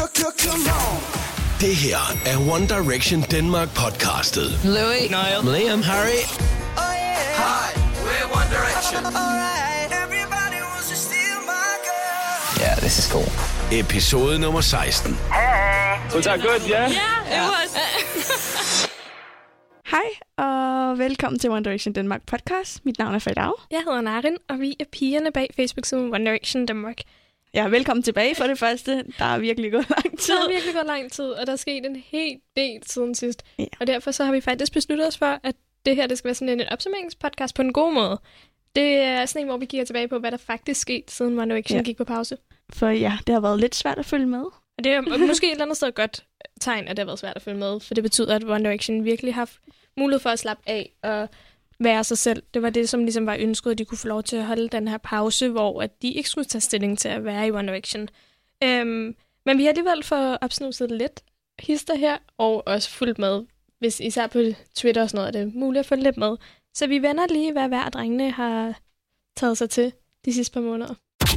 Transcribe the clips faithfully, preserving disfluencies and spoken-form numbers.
Det her er One Direction Denmark podcastet. Louis, Niall, Liam, Harry. Oh yeah. Hi, we're One Direction. Alright, everybody wants to steal my girl. Yeah, this is cool. Episode nummer seksten. Hey. Was that good, yeah? Yeah, it was. Hej, og velkommen til One Direction Denmark podcast. Mit navn er Fadau. Jeg hedder Narin, og vi er pigerne bag Facebook-siden One Direction Denmark. Ja, velkommen tilbage for det første. Der er virkelig gået lang tid. Det har virkelig gået lang tid, og der er sket en hel del siden sidst. Ja. Og derfor så har vi faktisk besluttet os for, at det her det skal være sådan en opsummeringspodcast på en god måde. Det er sådan en, hvor vi kigger tilbage på, hvad der faktisk skete, siden One Direction ja. gik på pause. For ja, det har været lidt svært at følge med. Og det er måske et eller andet sted et godt tegn, at det har været svært at følge med, for det betyder, at One Direction virkelig har haft mulighed for at slappe af og være sig selv. Det var det, som ligesom var ønsket, at de kunne få lov til at holde den her pause, hvor at de ikke skulle tage stilling til at være i One Direction. Øhm, men vi har alligevel fået opsnuset lidt hister her, og også fulgt med, hvis især på Twitter og sådan noget, er det muligt at følge lidt med. Så vi vender lige, hvad hver drengene har taget sig til de sidste par måneder.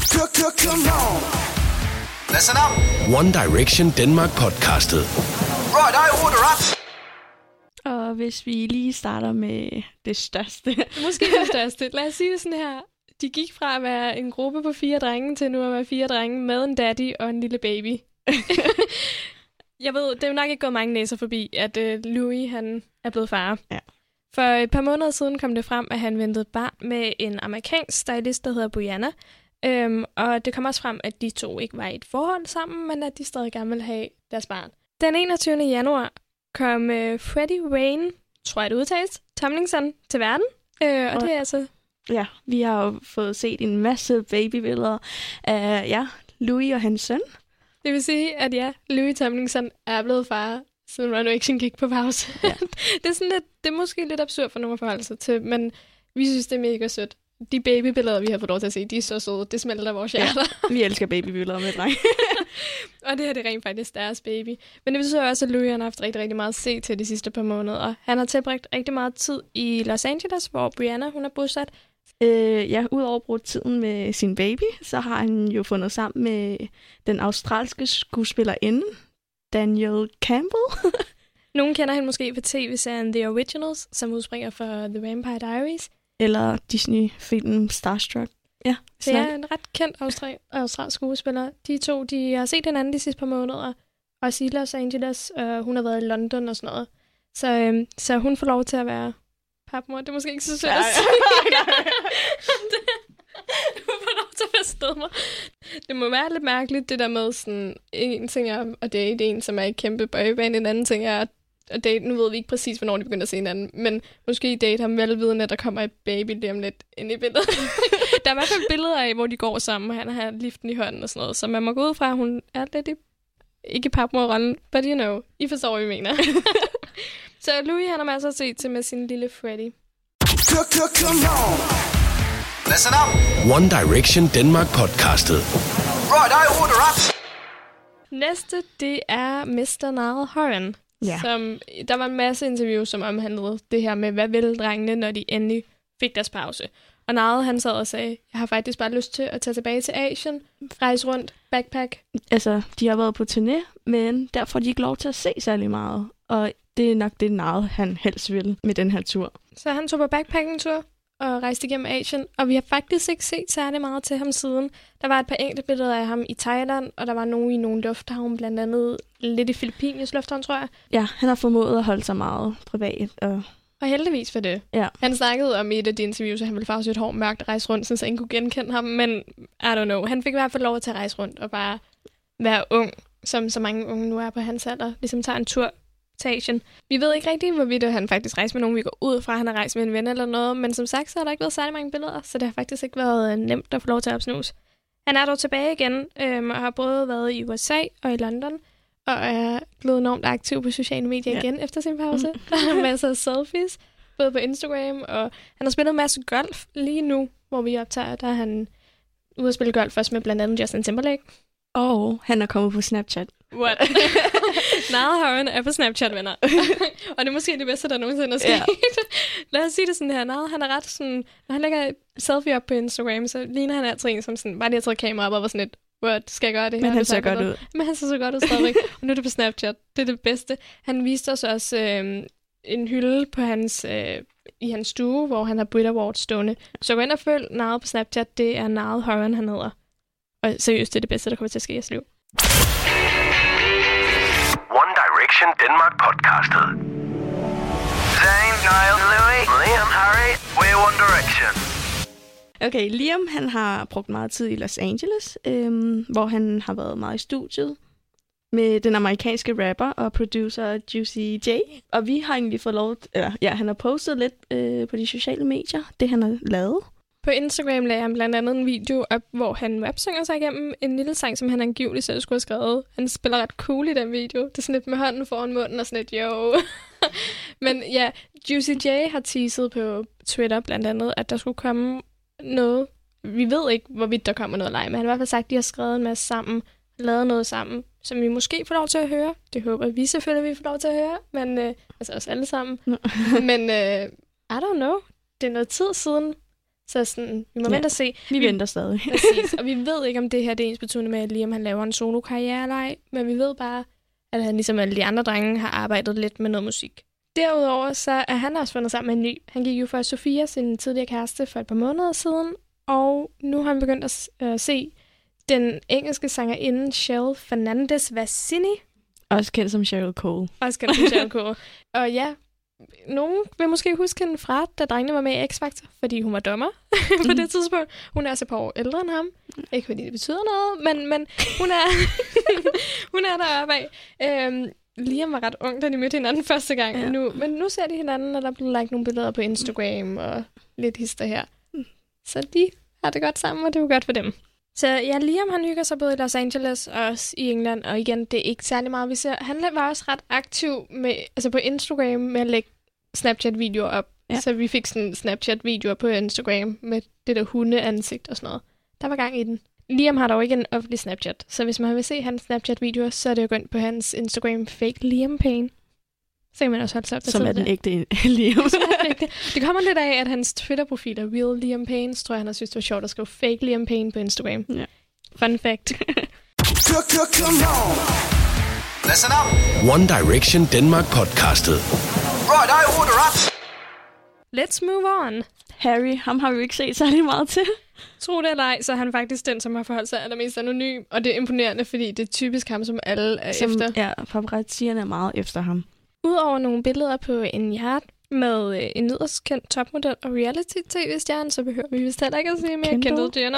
Listen up. One Direction Denmark podcastet. Right, I order up. Og hvis vi lige starter med det største. Måske det største. Lad os sige det sådan her. De gik fra at være en gruppe på fire drenge til nu at være fire drenge med en daddy og en lille baby. Jeg ved, det er jo nok ikke gået mange næser forbi, at uh, Louis han er blevet far. Ja. For et par måneder siden kom det frem, at han ventede barn med en amerikansk stylist, der hedder Brianna. Øhm, og det kom også frem, at de to ikke var i et forhold sammen, men at de stadig gerne ville have deres barn. Den enogtyvende januar kom uh, Freddie Wayne, tror jeg det udtales, Tomlinson til verden. Øh, og, og det er altså... Ja, vi har jo fået set en masse babybilleder af ja, Louis og hans søn. Det vil sige, at ja, Louis Tomlinson er blevet far, siden One Direction gik på pause. Ja. Det er sådan lidt, det er måske lidt absurd for nogen at forholde sig til, men vi synes, det er mega sødt. De babybilleder, vi har fået lov til at se, de er så søde. Det smelter vores hjerter. Ja, vi elsker babybilleder med drenge. Og det her det er rent faktisk deres baby. Men det betyder også, at Louis har haft rigtig, rigtig meget at se til de sidste par måneder. Han har tilbragt rigtig meget tid i Los Angeles, hvor Brianna hun er bosat. Øh, ja, udover at bruge tiden med sin baby, så har han jo fundet sammen med den australske skuespillerinde, Danielle Campbell. Nogen kender hende måske fra tv-serien The Originals, som udspringer fra The Vampire Diaries. Eller Disney-filmen Starstruck. Ja, det er en ret kendt austral- australsk skuespiller. De to, de har set hinanden de sidste par måneder. Også i Los Angeles, og hun har været i London og sådan noget. Så, øhm, så hun får lov til at være papmor. Det er måske ikke så sødt at sige. Du får lov til at forstå mig. Det må være lidt mærkeligt, det der med sådan, en ting er at date en, som er et kæmpe boyband, en anden ting er at at date. Nu ved vi ikke præcis, hvornår de begynder at se hinanden, men måske date ham velvidende, at der kommer et baby lige om lidt ind i billedet. Der er i hvert fald billeder af, hvor de går sammen, og han har liften i hånden og sådan noget, så man må gå ud fra, at hun er lidt i, ikke papmor-rollen, but you know, I forstår, hvad vi mener. Så Louis, han har masser at se til med sin lille Freddie. Listen up. One Direction Denmark podcastet. Right, I order up. Næste, det er mister Niall Horan. Ja. Som, der var en masse interviews, som omhandlede det her med, hvad ville drengene, når de endelig fik deres pause. Og Niall, han sad og sagde, jeg har faktisk bare lyst til at tage tilbage til Asien, rejse rundt, backpack. Altså, de har været på turné, men der får de ikke lov til at se særlig meget. Og det er nok det Niall, han helst vil med den her tur. Så han tog på backpacking-tur og rejste igennem Asien, og vi har faktisk ikke set særlig meget til ham siden. Der var et par enkelte billeder af ham i Thailand, og der var nogen i nogle lufthavn, blandt andet lidt i Filippines lufthavn, tror jeg. Ja, han har formået at holde sig meget privat. Og, og heldigvis for det. Ja. Han snakkede om i et af de interviews, at han ville farve sit hår mørkt og rejse rundt, så ingen kunne genkende ham, men I don't know. Han fik i hvert fald lov til at rejse rundt og bare være ung, som så mange unge nu er på hans alder. Ligesom tager en tur til Asien. Vi ved ikke rigtig, hvorvidt han faktisk rejser med nogen, vi går ud fra, han har rejst med en ven eller noget, men som sagt, så har der ikke været særlig mange billeder, så det har faktisk ikke været nemt at få lov til at opsnuse. Han er dog tilbage igen, øhm, og har både været i U S A og i London, og er blevet enormt aktiv på sociale medier ja. igen efter sin pause. Der er masser af selfies, både på Instagram, og han har spillet en masse golf lige nu, hvor vi optager, der er han ude at spille golf først med blandt andet Justin Timberlake. Og han er kommet på Snapchat. What? Niall Horan er på Snapchat, venner. Og det er måske det bedste, der nogensinde er sket. Yeah. Lad os sige det sådan her. Niall, han er ret sådan... Når han lægger et selfie op på Instagram, så ligner han altid en som sådan... Bare lige har taget kamera op og var sådan et... what, skal jeg gøre det her? Men han ser godt ud. Men han ser så godt ud stadigvæk. Og nu er det på Snapchat. Det er det bedste. Han viste os også øh, en hylde på hans, øh, i hans stue, hvor han har Brit Awards stående. Så gå ind og følg Niall på Snapchat. Det er Niall Horan, han hedder. Og seriøst, det er det bedste, der kommer til at ske i jeres liv. One Direction Denmark podcastet. Zayn, Niall, Louis, Liam, Harry, we're One Direction. Okay, Liam han har brugt meget tid i Los Angeles, øhm, hvor han har været meget i studiet med den amerikanske rapper og producer Juicy J. Og vi har egentlig fået lov, eller ja, han har postet lidt øh, på de sociale medier, det han har lavet. På Instagram lagde han blandt andet en video op, hvor han rapsynger sig igennem en lille sang, som han angiveligt selv skulle have skrevet. Han spiller ret cool i den video. Det er sådan lidt med hånden foran munden og sådan lidt, yo. Men ja, Juicy J har teaset på Twitter blandt andet, at der skulle komme noget. Vi ved ikke, hvorvidt der kommer noget live, men han har i hvert fald sagt, at de har skrevet en masse sammen, lavet noget sammen, som vi måske får lov til at høre. Det håber vi selvfølgelig, vi får lov til at høre, men øh, altså os alle sammen. men øh, I don't know. Det er noget tid siden. Så sådan, vi må ja, vente og se. Vi, vi venter stadig. Præcis, og vi ved ikke, om det her det er ens betydende med, at Liam han laver en solo-karriere eller ej, men vi ved bare, at han ligesom alle de andre drenge har arbejdet lidt med noget musik. Derudover så er han også fundet sammen med en ny. Han gik jo for Sofia, sin tidligere kæreste, for et par måneder siden, og nu har han begyndt at uh, se den engelske sangerinde Shell Fernandez-Vassini. Også kendt som Cheryl Cole. Også kendt som Cheryl Cole. Og ja, nogen vil måske huske hende fra, da drengene var med i X-Factor, fordi hun var dommer på det tidspunkt. Hun er altså et par år ældre end ham. Ikke fordi det betyder noget, men, men hun er hun er deroppe af. Øhm, Liam var ret ung, da de mødte hinanden første gang. Ja. Nu, men nu ser de hinanden, og der bliver lagt nogle billeder på Instagram og lidt hister her. Så de har det godt sammen, og det er jo godt for dem. Så ja, Liam han hygger sig både i Los Angeles og også i England, og igen, det er ikke særlig meget, vi ser. Han var også ret aktiv med, altså på Instagram med at lægge Snapchat-videoer op. Ja. Så vi fik sådan Snapchat-videoer på Instagram med det der hundeansigt og sådan noget. Der var gang i den. Liam har dog ikke en offentlig Snapchat, så hvis man vil se hans Snapchat-videoer, så er det jo gå ind på hans Instagram Fake Liam Payne. Så kan man også holde sig op. Som er den ægte Liam. Det kommer lidt af, at hans Twitter-profil er Real Liam Payne, så tror jeg, han har synes, det var sjovt at skrive Fake Liam Payne på Instagram. Ja. Fun fact. Listen up. One Direction Denmark podcastet. Right, I order up. Let's move on. Harry, ham har vi ikke set særlig meget til. Tro det eller ej, så er han faktisk den, som har forholdt sig allermest anonym. Og det er imponerende, fordi det er typisk ham, som alle er som, efter. Ja, paparazzierne er meget efter ham. Udover nogle billeder på en yacht med øh, en yderst kendt topmodel og reality-tv-stjerne, så behøver vi vist heller ikke at se mere Kendall Jenner.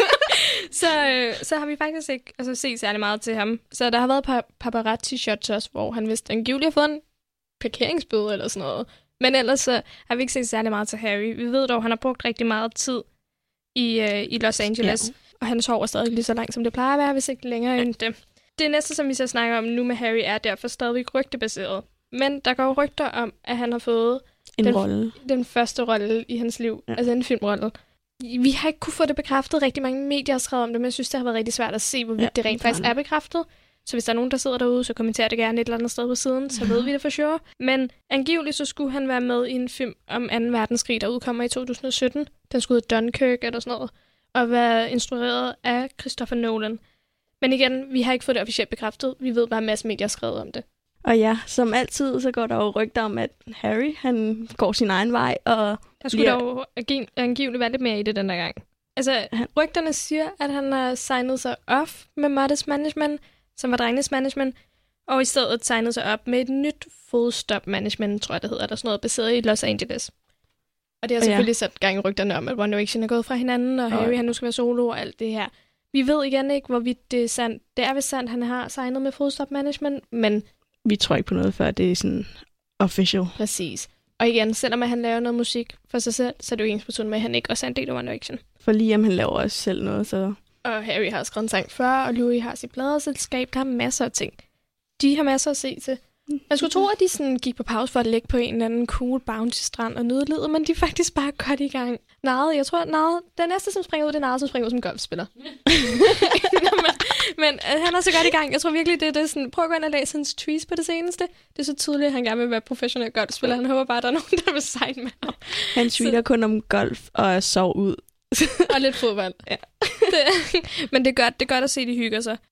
så, øh, så har vi faktisk ikke altså, set særlig meget til ham. Så der har været par paparazzi-shots også, hvor han vist angiveligt har fået en parkeringsbøde eller sådan noget. Men ellers så har vi ikke set særlig meget til Harry. Vi ved dog, at han har brugt rigtig meget tid i, øh, i Los Angeles, ja. Og han sover stadig lige så langt, som det plejer at være, hvis ikke længere end det. Det næste, som vi så snakker om nu med Harry, er derfor stadig rygtebaseret. Men der går rygter om, at han har fået en den, rolle. den første rolle i hans liv. Ja. Altså en filmrolle. Vi har ikke kunne få det bekræftet. Rigtig mange medier har skrevet om det, men jeg synes, det har været rigtig svært at se, hvorvidt ja, det rent faktisk er bekræftet. Så hvis der er nogen, der sidder derude, så kommenter det gerne et eller andet sted på siden, så ved vi det for sure. Men angiveligt så skulle han være med i en film om anden verdenskrig, der udkommer i to tusind og sytten. Den skulle hedde Dunkirk eller sådan noget. Og være instrueret af Christopher Nolan. Men igen, vi har ikke fået det officielt bekræftet. Vi ved bare, at en masse medier har skrevet om det. Og ja, som altid, så går der jo rygter om, at Harry, han går sin egen vej, og... Der skulle ja. dog angiveligt være lidt mere i det den der gang. Altså, rygterne siger, at han har signet sig off med Modest Management, som var drengenes management, og i stedet signet sig op med et nyt Full Stop Management, tror jeg det hedder, der er sådan noget baseret i Los Angeles. Og det har selvfølgelig ja. sat gang i rygterne om, at One Direction er gået fra hinanden, og Harry, han nu skal være solo og alt det her. Vi ved igen ikke, hvorvidt det er sandt. Det er vist sandt, han har signet med Full Stop Management, men... Vi tror ikke på noget, før det er sådan official. Præcis. Og igen, selvom han laver noget musik for sig selv, så er det jo ensbetydende med, at han ikke også er en del af One Direction. For Liam, han laver også selv noget, så... Og Harry har skrevet en sang før, og Louis har sit pladeselskab. Der er masser af ting. De har masser at se til. Jeg skulle tro, at de sådan gik på pause for at lægge på en eller anden cool bounty-strand og nyde livet, men de er faktisk bare godt i gang. Nade, jeg tror, Nade, den næste, som springer ud, det er Nade, som springer ud som golfspiller. Nå, men, men han er så godt i gang. Jeg tror virkelig, det er det sådan, prøv at gå ind og læse hans tweets på det seneste. Det er så tydeligt, at han gerne vil være professionel golfspiller. Han håber bare, at der er nogen, der vil signe med ham. Han tweeter så... kun om golf og sov ud Og lidt fodbold. Ja. Det, men det er godt, det er godt at se, de hygger sig.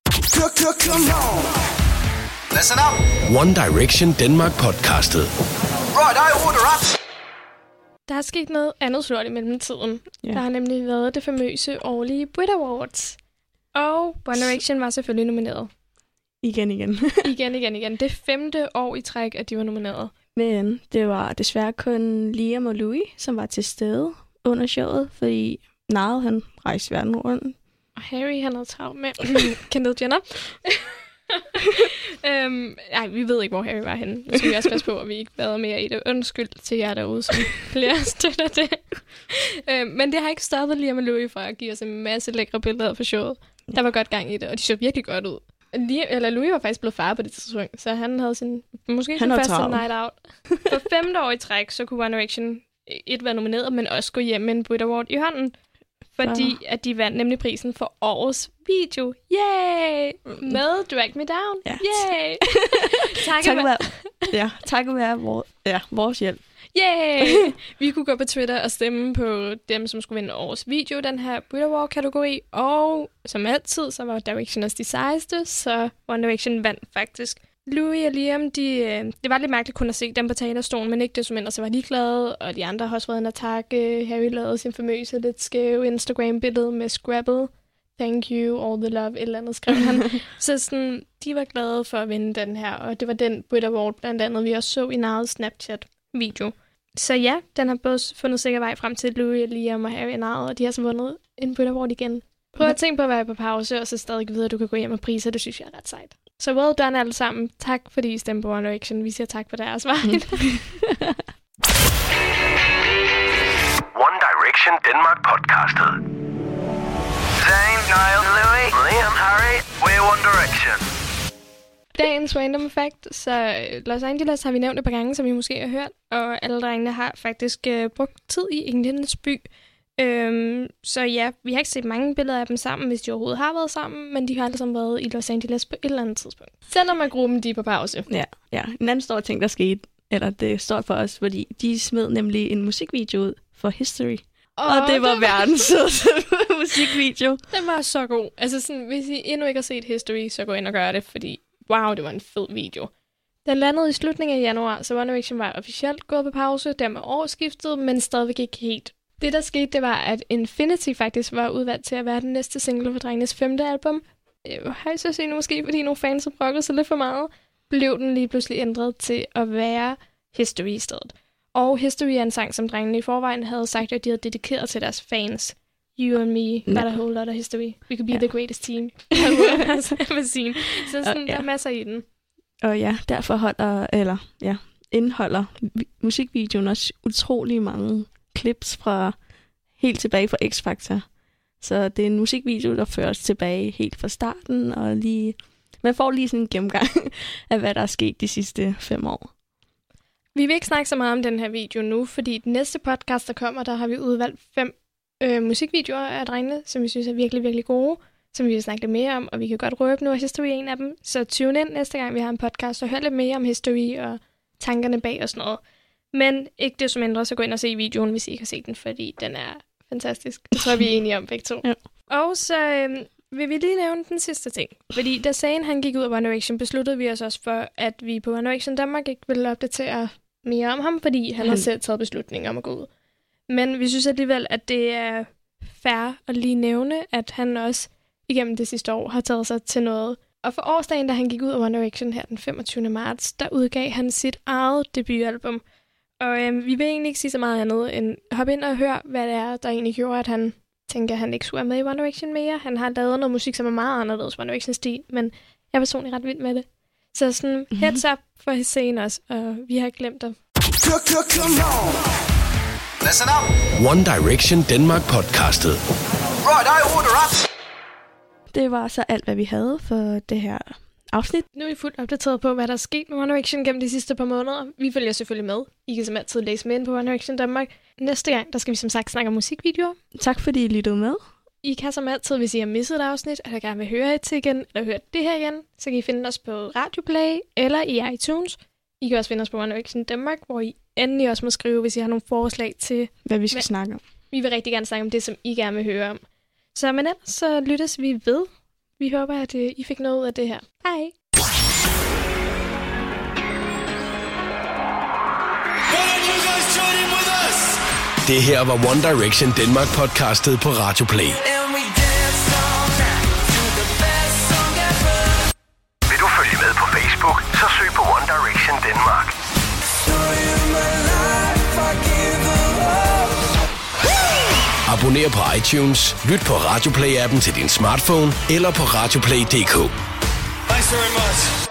Listen up. One Direction Denmark podcastet. Right, I order up. Der er sket noget andet stort i mellemtiden. Ja. Der har nemlig været det famøse årlige Brit Awards. Og One Direction var selvfølgelig nomineret. Igen, igen. igen, igen, igen. Det femte år i træk, at de var nomineret. Men det var desværre kun Liam og Louis, som var til stede under showet, fordi Niall, han rejste verden rundt. Og Harry, han havde travlt med Kendall Jenner. øhm, nej, vi ved ikke, hvor Harry var henne. Nu skal vi også passe på, at vi ikke været mere i det. Undskyld til jer derude, som flere støtter det. øhm, men det har ikke stoppet Liam og Louis fra at give os en masse lækre billeder for showet. Der var godt gang i det, og de så virkelig godt ud. Liam, eller Louis var faktisk blevet far på det tidspunkt, så han havde sin, måske sin første travlt. night out. For femte år i træk, så kunne One Direction et være nomineret, men også gå hjem med en Brit Award i hånden. Fordi at de vandt nemlig prisen for årets video. Yay! Med Drag Me Down. Ja. Yay! tak tak være, ja, tak være vores, ja, vores hjælp. Yay! Vi kunne gå på Twitter og stemme på dem, som skulle vinde årets video, den her Brit Award-kategori. Og som altid, så var Direction også de sejeste, så One Direction vandt faktisk. Louis og Liam, de, det var lidt mærkeligt kun at se dem på talerstolen, men ikke desto mindre, så var de glade, og de andre har også været en attack. Harry lavede sin famøse, lidt skæve Instagram-billede med Scrabble. Thank you, all the love, et eller andet skrev han. Så sådan, de var glade for at vinde den her, og det var den Brit Award, blandt andet, vi også så i Niles Snapchat-video. Så ja, den har både fundet sikker vej frem til Louis, Liam og Harry og Niall, og de har så vundet en Brit Award igen. Prøv at tænke på at være på pause, og så stadig vide, at du kan gå hjem og priser, det synes jeg er ret sejt. Så well done alle sammen. Tak fordi I stemte på One Direction. Vi siger tak for deres vej. One Direction Denmark podcastet. Zayn, Niall, Louis, Liam, Harry, we're One Direction. Dagens random fact. Så Los Angeles har vi nævnt et par gange, som I måske har hørt. Og alle drengene har faktisk uh, brugt tid i Englands by. Øhm, så ja, vi har ikke set mange billeder af dem sammen, hvis de overhovedet har været sammen, men de har alle sammen været i Los Angeles på et eller andet tidspunkt. Selvom man gruppen de er på pause. Ja, ja. En anden stor ting, der skete, eller det står for os, fordi de smed nemlig en musikvideo ud for History. Oh, og det var verdens sødeste musikvideo. Den var så god. Altså sådan, hvis I endnu ikke har set History, så gå ind og gør det, fordi wow, det var en fed video. Den landede i slutningen af januar, så One Direction var officielt gået på pause, der med årsskiftet, men stadigvæk ikke helt. Det, der skete, det var, at Infinity faktisk var udvalgt til at være den næste single for drengenes femte album. Højst sandsynligt måske, fordi nogle fans har brokket sig lidt for meget, blev den lige pludselig ændret til at være History i stedet. Og History er en sang, som drengene i forvejen havde sagt, at de havde dedikeret til deres fans. You and me, got a whole lot of history. We could be ja. the greatest team. Så sådan, ja. Der er masser i den. Og ja, derfor holder, eller, ja, indeholder musikvideoen også utrolig mange clips fra helt tilbage fra X-Factor. Så det er en musikvideo, der føres tilbage helt fra starten, og lige man får lige sådan en gennemgang af, hvad der er sket de sidste fem år. Vi vil ikke snakke så meget om den her video nu, fordi den næste podcast, der kommer, der har vi udvalgt fem øh, musikvideoer af drengene, som vi synes er virkelig, virkelig gode, som vi vil snakke lidt mere om, og vi kan godt røbe nu, at History er en af dem. Så tune ind næste gang, vi har en podcast, og hør lidt mere om History og tankerne bag og sådan noget. Men ikke desto mindre, så gå ind og se videoen, hvis I ikke har set den, fordi den er fantastisk. Det tror jeg, vi er enige om begge to. Ja. Og så øhm, vil vi lige nævne den sidste ting. Fordi da Zayn han gik ud af One Direction, besluttede vi os også for, at vi på One Direction Danmark ikke ville opdatere mere om ham, fordi han, han har selv taget beslutningen om at gå ud. Men vi synes alligevel, at det er fair at lige nævne, at han også igennem det sidste år har taget sig til noget. Og for årsdagen, da han gik ud af One Direction her den femogtyvende marts, der udgav han sit eget debutalbum. Og øhm, vi vil egentlig ikke sige så meget andet end hoppe ind og høre, hvad det er, der egentlig gjorde, at han tænker, at han ikke skulle være med i One Direction mere. Han har lavet noget musik, som er meget anderledes One Direction-stil, men jeg er personligt ret vild med det. Så sådan mm-hmm. heads up for scenen også, og vi har ikke glemt det. Listen up. One Direction Denmark podcastet. Right, I order up. Det var så alt, hvad vi havde for det her afsnit. Nu er vi fuldt opdateret på, hvad der er sket med One Direction gennem de sidste par måneder. Vi følger selvfølgelig med. I kan som altid læse med ind på One Direction Danmark. Næste gang, der skal vi som sagt snakke om musikvideoer. Tak fordi I lyttede med. I kan som altid, hvis I har misset et afsnit, eller gerne vil høre et til igen, eller høre det her igen, så kan I finde os på Radioplay eller i iTunes. I kan også finde os på One Direction Danmark, hvor I endelig også må skrive, hvis I har nogle forslag til, hvad vi skal hvad, snakke om. Vi vil rigtig gerne snakke om det, som I gerne vil høre om. Så men ellers så lyttes vi ved. Vi håber, at uh, I fik noget ud af det her. Hej! Det her var One Direction Denmark podcastet på Radio Play. Vil du følge med på Facebook, så søg på One Direction Denmark. Abonner på iTunes, lyt på Radio Play-appen til din smartphone eller på radioplay punktum d k. Thanks very much.